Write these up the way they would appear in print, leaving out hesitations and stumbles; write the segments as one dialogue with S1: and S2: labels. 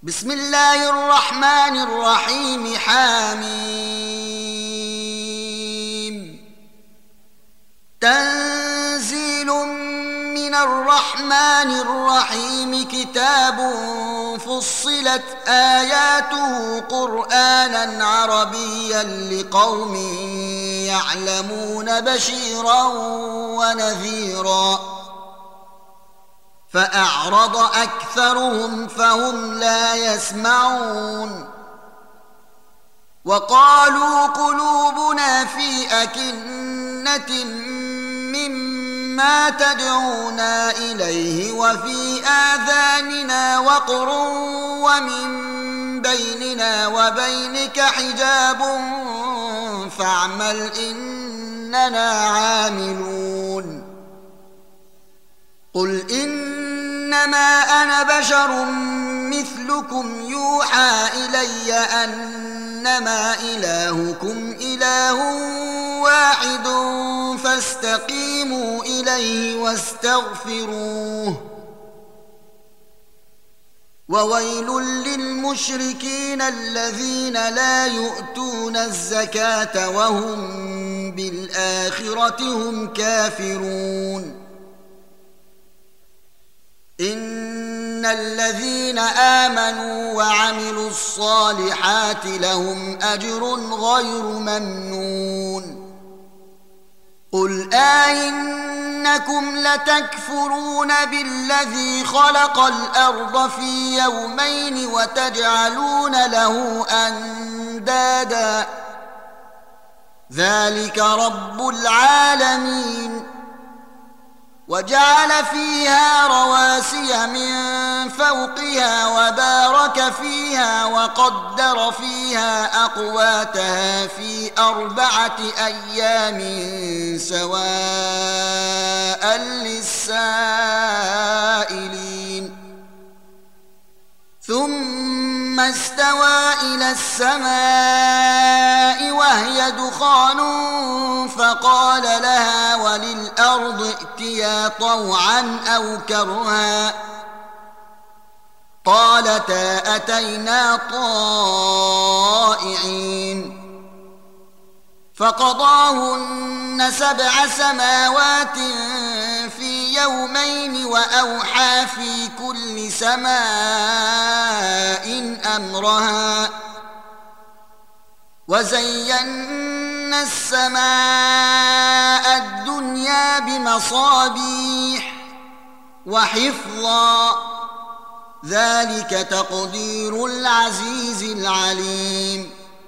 S1: بسم الله الرحمن الرحيم. حميم. تنزيل من الرحمن الرحيم. كتاب فصلت آياته قرآنا عربيا لقوم يعلمون بشيرا ونذيرا فأعرض أكثرهم فهم لا يسمعون. وقالوا قلوبنا في أكنة مما تدعونا إليه وفي آذاننا وقر ومن بيننا وبينك حجاب فاعمل إننا عاملون. قل إنما أنا بشر مثلكم يوحى إلي أنما إلهكم إله واحد فاستقيموا إليه واستغفروه. وويل للمشركين الذين لا يؤتون الزكاة وهم بالآخرة هم كافرون. إن الذين آمنوا وعملوا الصالحات لهم أجر غير ممنون. قل أئنكم لتكفرون بالذي خلق الأرض في يومين وتجعلون له أندادا ذلك رب العالمين. وجعل فيها رواسي من فوقها وبارك فيها وقدر فيها أقواتها في 4 أيام سواء للسائلين. ثم استوى إلى السماء وهي دخان فقال لها وللأرض ائتيا طوعا أو كرها قالتا أتينا طائعين. فقضاهن 7 سماوات في يومين وأوحى في كل سماء أمرها وزينا السماء الدنيا بمصابيح وحفظا ذلك تقدير العزيز العليم.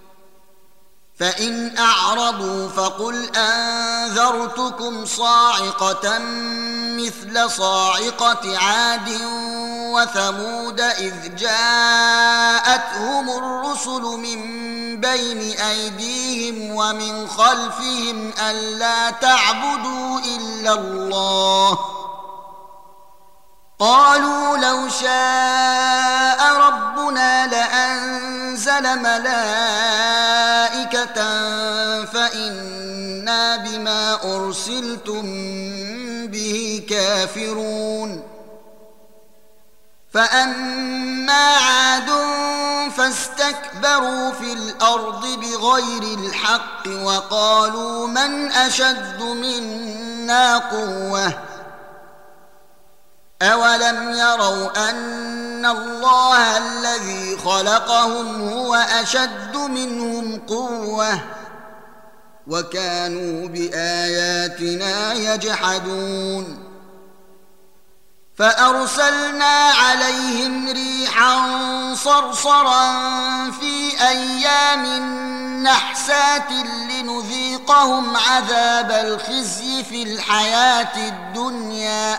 S1: فإن أعرضوا فقل أنذرتكم صاعقة مثل صاعقة عاد وثمود إذ جاءتهم الرسل من بين أيديهم ومن خلفهم ألا تعبدوا إلا الله قالوا لو شاء ربنا لأنزل ملائكة فإنا بما أرسلتم به كافرون. فأما عاد فاستكبروا في الأرض بغير الحق وقالوا من أشد منا قوة أولم يروا أن الله الذي خلقهم هو أشد منهم قوة وكانوا بآياتنا يجحدون. فأرسلنا عليهم ريحا صرصرا في أيام نحسات لنذيقهم عذاب الخزي في الحياة الدنيا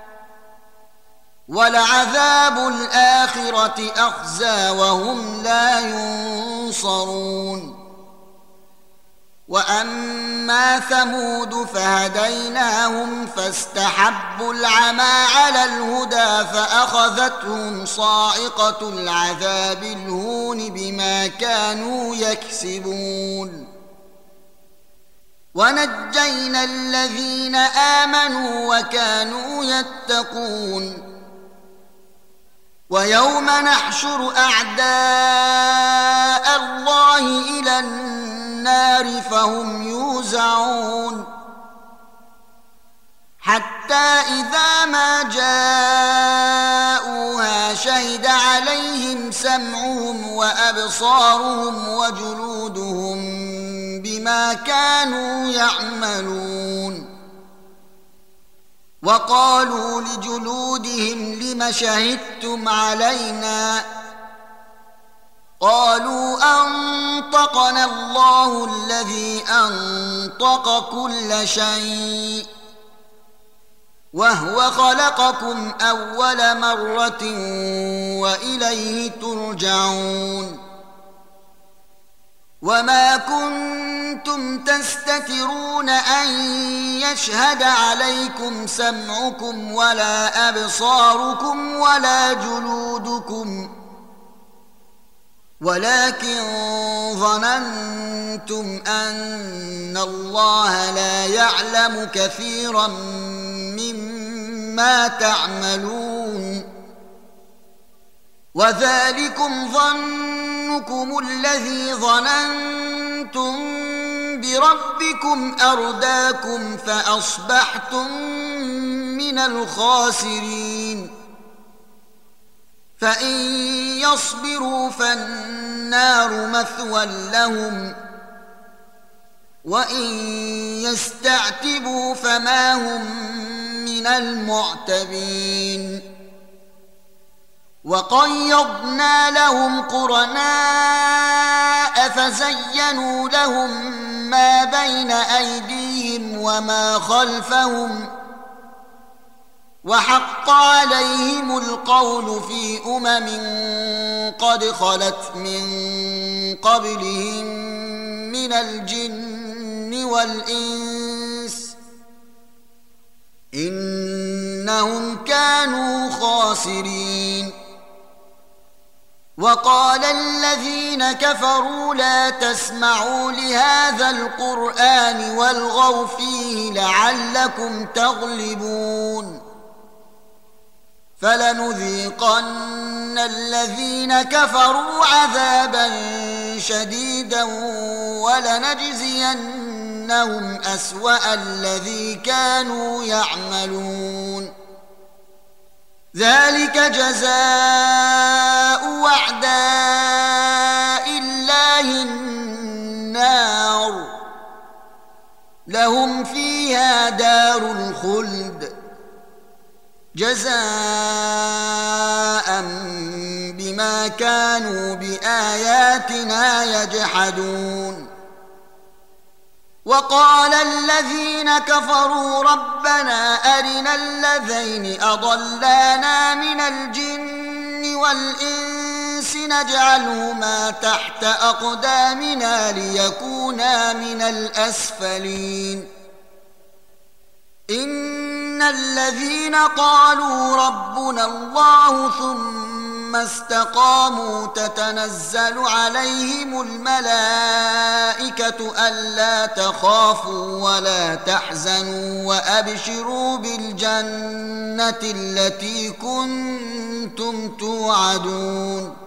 S1: ولعذاب الآخرة أخزى وهم لا ينصرون. وأما ثمود فهديناهم فاستحبوا العمى على الهدى فأخذتهم صاعقة العذاب الهون بما كانوا يكسبون. ونجينا الذين آمنوا وكانوا يتقون ويوم نحشر أعداء الله إلى النار فهم يوزعون حتى إذا ما جاءوها شهد عليهم سمعهم وأبصارهم وجلودهم بما كانوا يعملون وقالوا لجلودهم لم شهدتم علينا قالوا أنطقنا الله الذي أنطق كل شيء وهو خلقكم أول مرة وإليه ترجعون وما كنتم تستترون أن يشهد عليكم سمعكم ولا أبصاركم ولا جلودكم ولكن ظننتم أن الله لا يعلم كثيرا مما تعملون وذلكم ظنكم الذي ظننتم بربكم أرداكم فأصبحتم من الخاسرين فإن يصبروا فالنار مثوى لهم وإن يستعتبوا فما هم من المعتبين وقيضنا لهم قرناء فزينوا لهم ما بين أيديهم وما خلفهم وحق عليهم القول في قد خلت من قبلهم من الجن والإنس إنهم كانوا خاسرين وقال الذين كفروا لا تسمعوا لهذا القرآن والغوا فيه لعلكم تغلبون فلنذيقن الذين كفروا عذابا شديدا ولنجزينهم أسوأ الذي كانوا يعملون ذلك جزاء أعداء الله النار لهم فيها دار الخلد جزاء بما كانوا بآياتنا يجحدون وقال الذين كفروا ربنا أرنا الذين أضلانا من الجن والإنس نجعلهما تحت أقدامنا ليكونا من الأسفلين إن الذين قالوا ربنا الله ثم استقاموا تتنزل عليهم الملائكة ألا تخافوا ولا تحزنوا وأبشروا بالجنة التي كنتم توعدون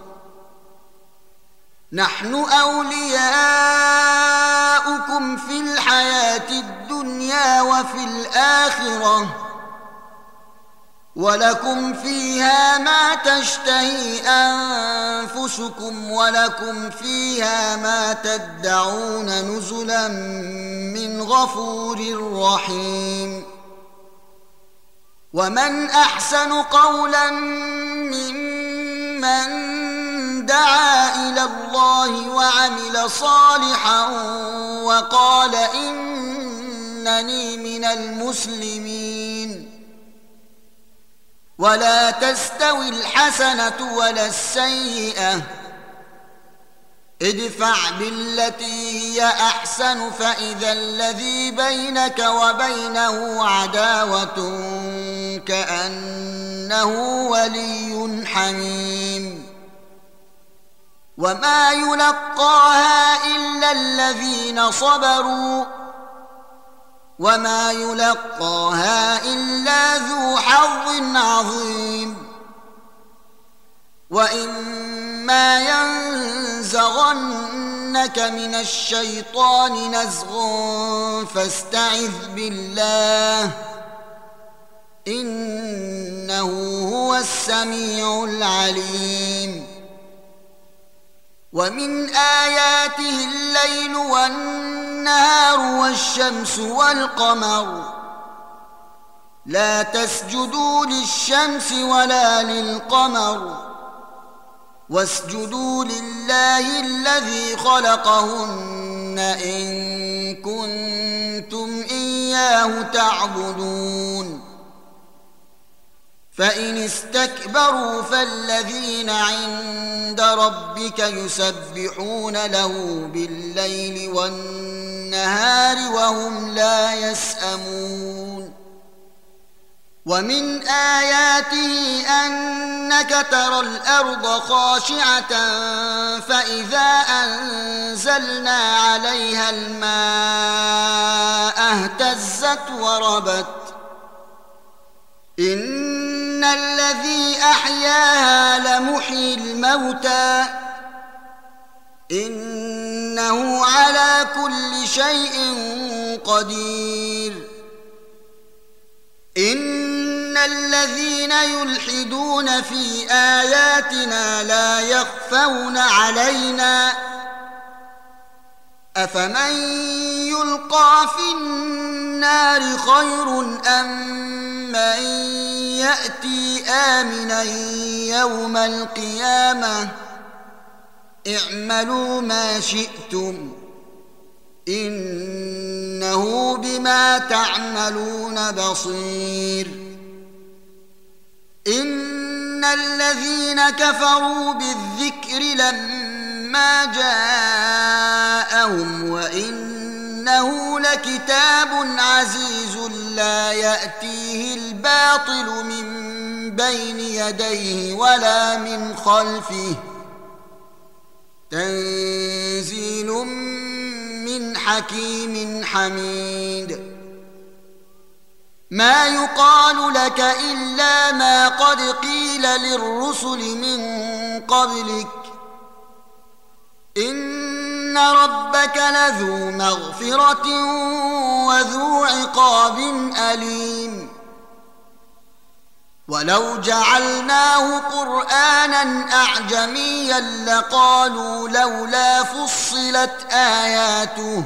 S1: نحن أولياؤكم في الحياة الدنيا وفي الآخرة ولكم فيها ما تشتهي أنفسكم ولكم فيها ما تدعون نزلا من غفور رحيم ومن أحسن قولا ممن دعا إلى الله وعمل صالحا وقال إنني من المسلمين ولا تستوي الحسنة ولا السيئة ادفع بالتي هي أحسن فإذا الذي بينك وبينه عداوة كأنه ولي حميم وما يلقاها إلا الذين صبروا وما يلقاها إلا ذو حظ عظيم وإما ينزغنك من الشيطان نزغ فاستعذ بالله إنه هو السميع العليم ومن آياته الليل والنهار والشمس والقمر لا تسجدوا للشمس ولا للقمر واسجدوا لله الذي خلقهن إن كنتم إياه تعبدون فإن استكبروا فالذين عند ربك يسبحون له بالليل والنهار وهم لا يسأمون ومن آياته أنك ترى الأرض خاشعة فإذا أنزلنا عليها الماء اهتزت وربت إن الذي أحياها لمحيي الموتى إنه على كل شيء قدير إن الذين يلحدون في آياتنا لا يخفون علينا أفمن يلقى في النار خير أم من يأتي آمنا يوم القيامة اعملوا ما شئتم إنه بما تعملون بصير إن الذين كفروا بالذكر لما جاءهم وإنه لكتاب عزيز لا يأتيه الباطل من بين يديه ولا من خلفه تنزيل من حكيم حميد ما يقال لك إلا ما قد قيل للرسل من قبلك إن ربك لذو مغفرة وذو عقاب أليم ولو جعلناه قرآنا أعجميا لقالوا لولا فصلت آياته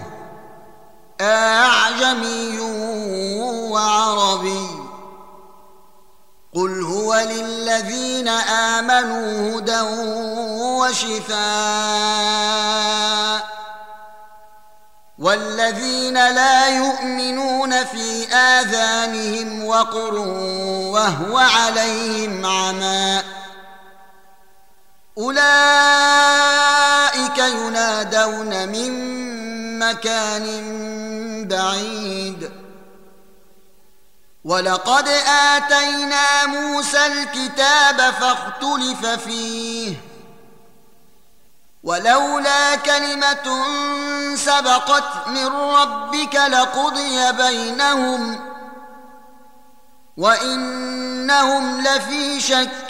S1: أعجمي وعربي قل هو للذين آمنوا هدى وشفاء والذين لا يؤمنون في آذانهم وقر وهو عليهم عمى أولئك ينادون من مكان بعيد ولقد آتينا موسى الكتاب فاختلف فيه ولولا كلمة سبقت من ربك لقضي بينهم وإنهم لفي شك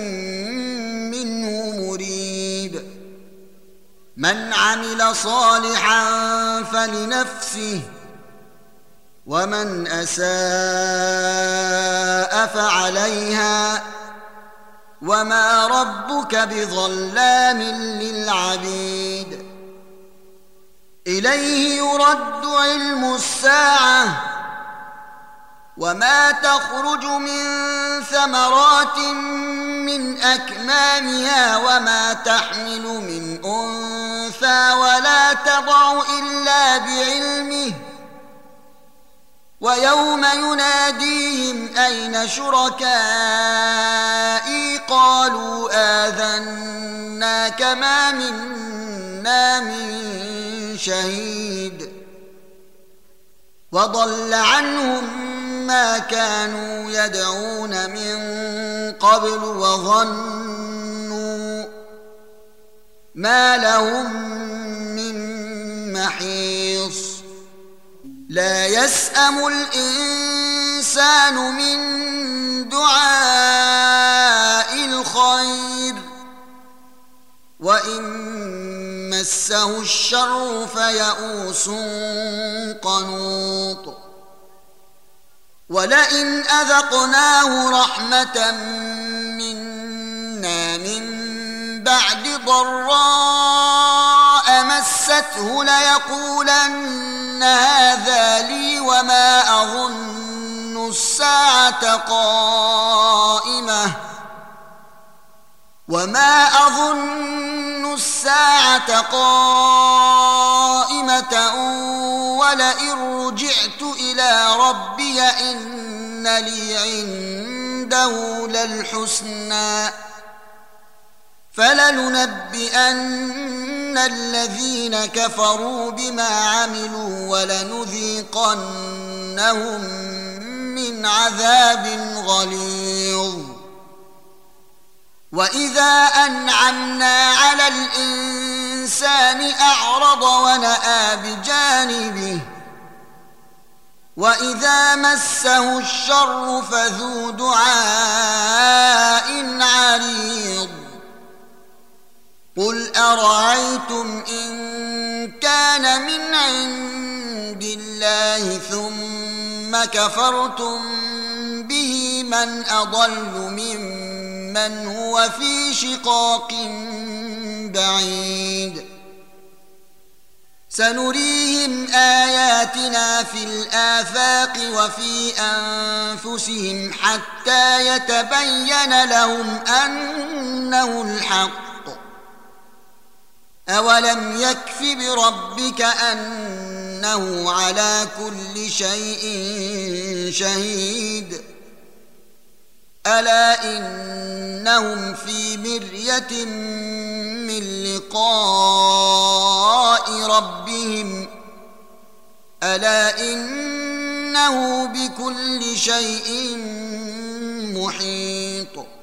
S1: منه مريب من عمل صالحا فلنفسه ومن أساء فعليها وما ربك بظلام للعبيد إليه يرد علم الساعة وما تخرج من ثمرات من أكمامها وما تحمل من أنثى ولا تضع إلا بعلمه ويوم يناديهم أين شركائي قالوا آذناك ما منا من شهيد وضل عنهم ما كانوا يدعون من قبل وظنوا ما لهم من محيص لا يسأم الإنسان من دعاء الخير وإن مسه الشر فيئوس قنوط ولئن أذقناه رحمة منا من بعد ضراء مسته ليقولن هذا لي وما أظن الساعة قائمة ولئن رجعت إلى ربي إن لي عنده للحسنى فلننبئن الذين كفروا بما عملوا ولنذيقنهم من عذاب غليظ وإذا أنعمنا على الإنسان أعرض ونأى بجانبه وإذا مسه الشر فذو دعاء عريض قل أرأيتم إن كان من عند الله ثم كفرتم به من أضل ممن هو في شقاق بعيد سنريهم آياتنا في الآفاق وفي أنفسهم حتى يتبين لهم أنه الحق أولم يكف بربك أنه على كل شيء شهيد ألا إنهم في مرية من لقاء ربهم ألا إنه بكل شيء محيط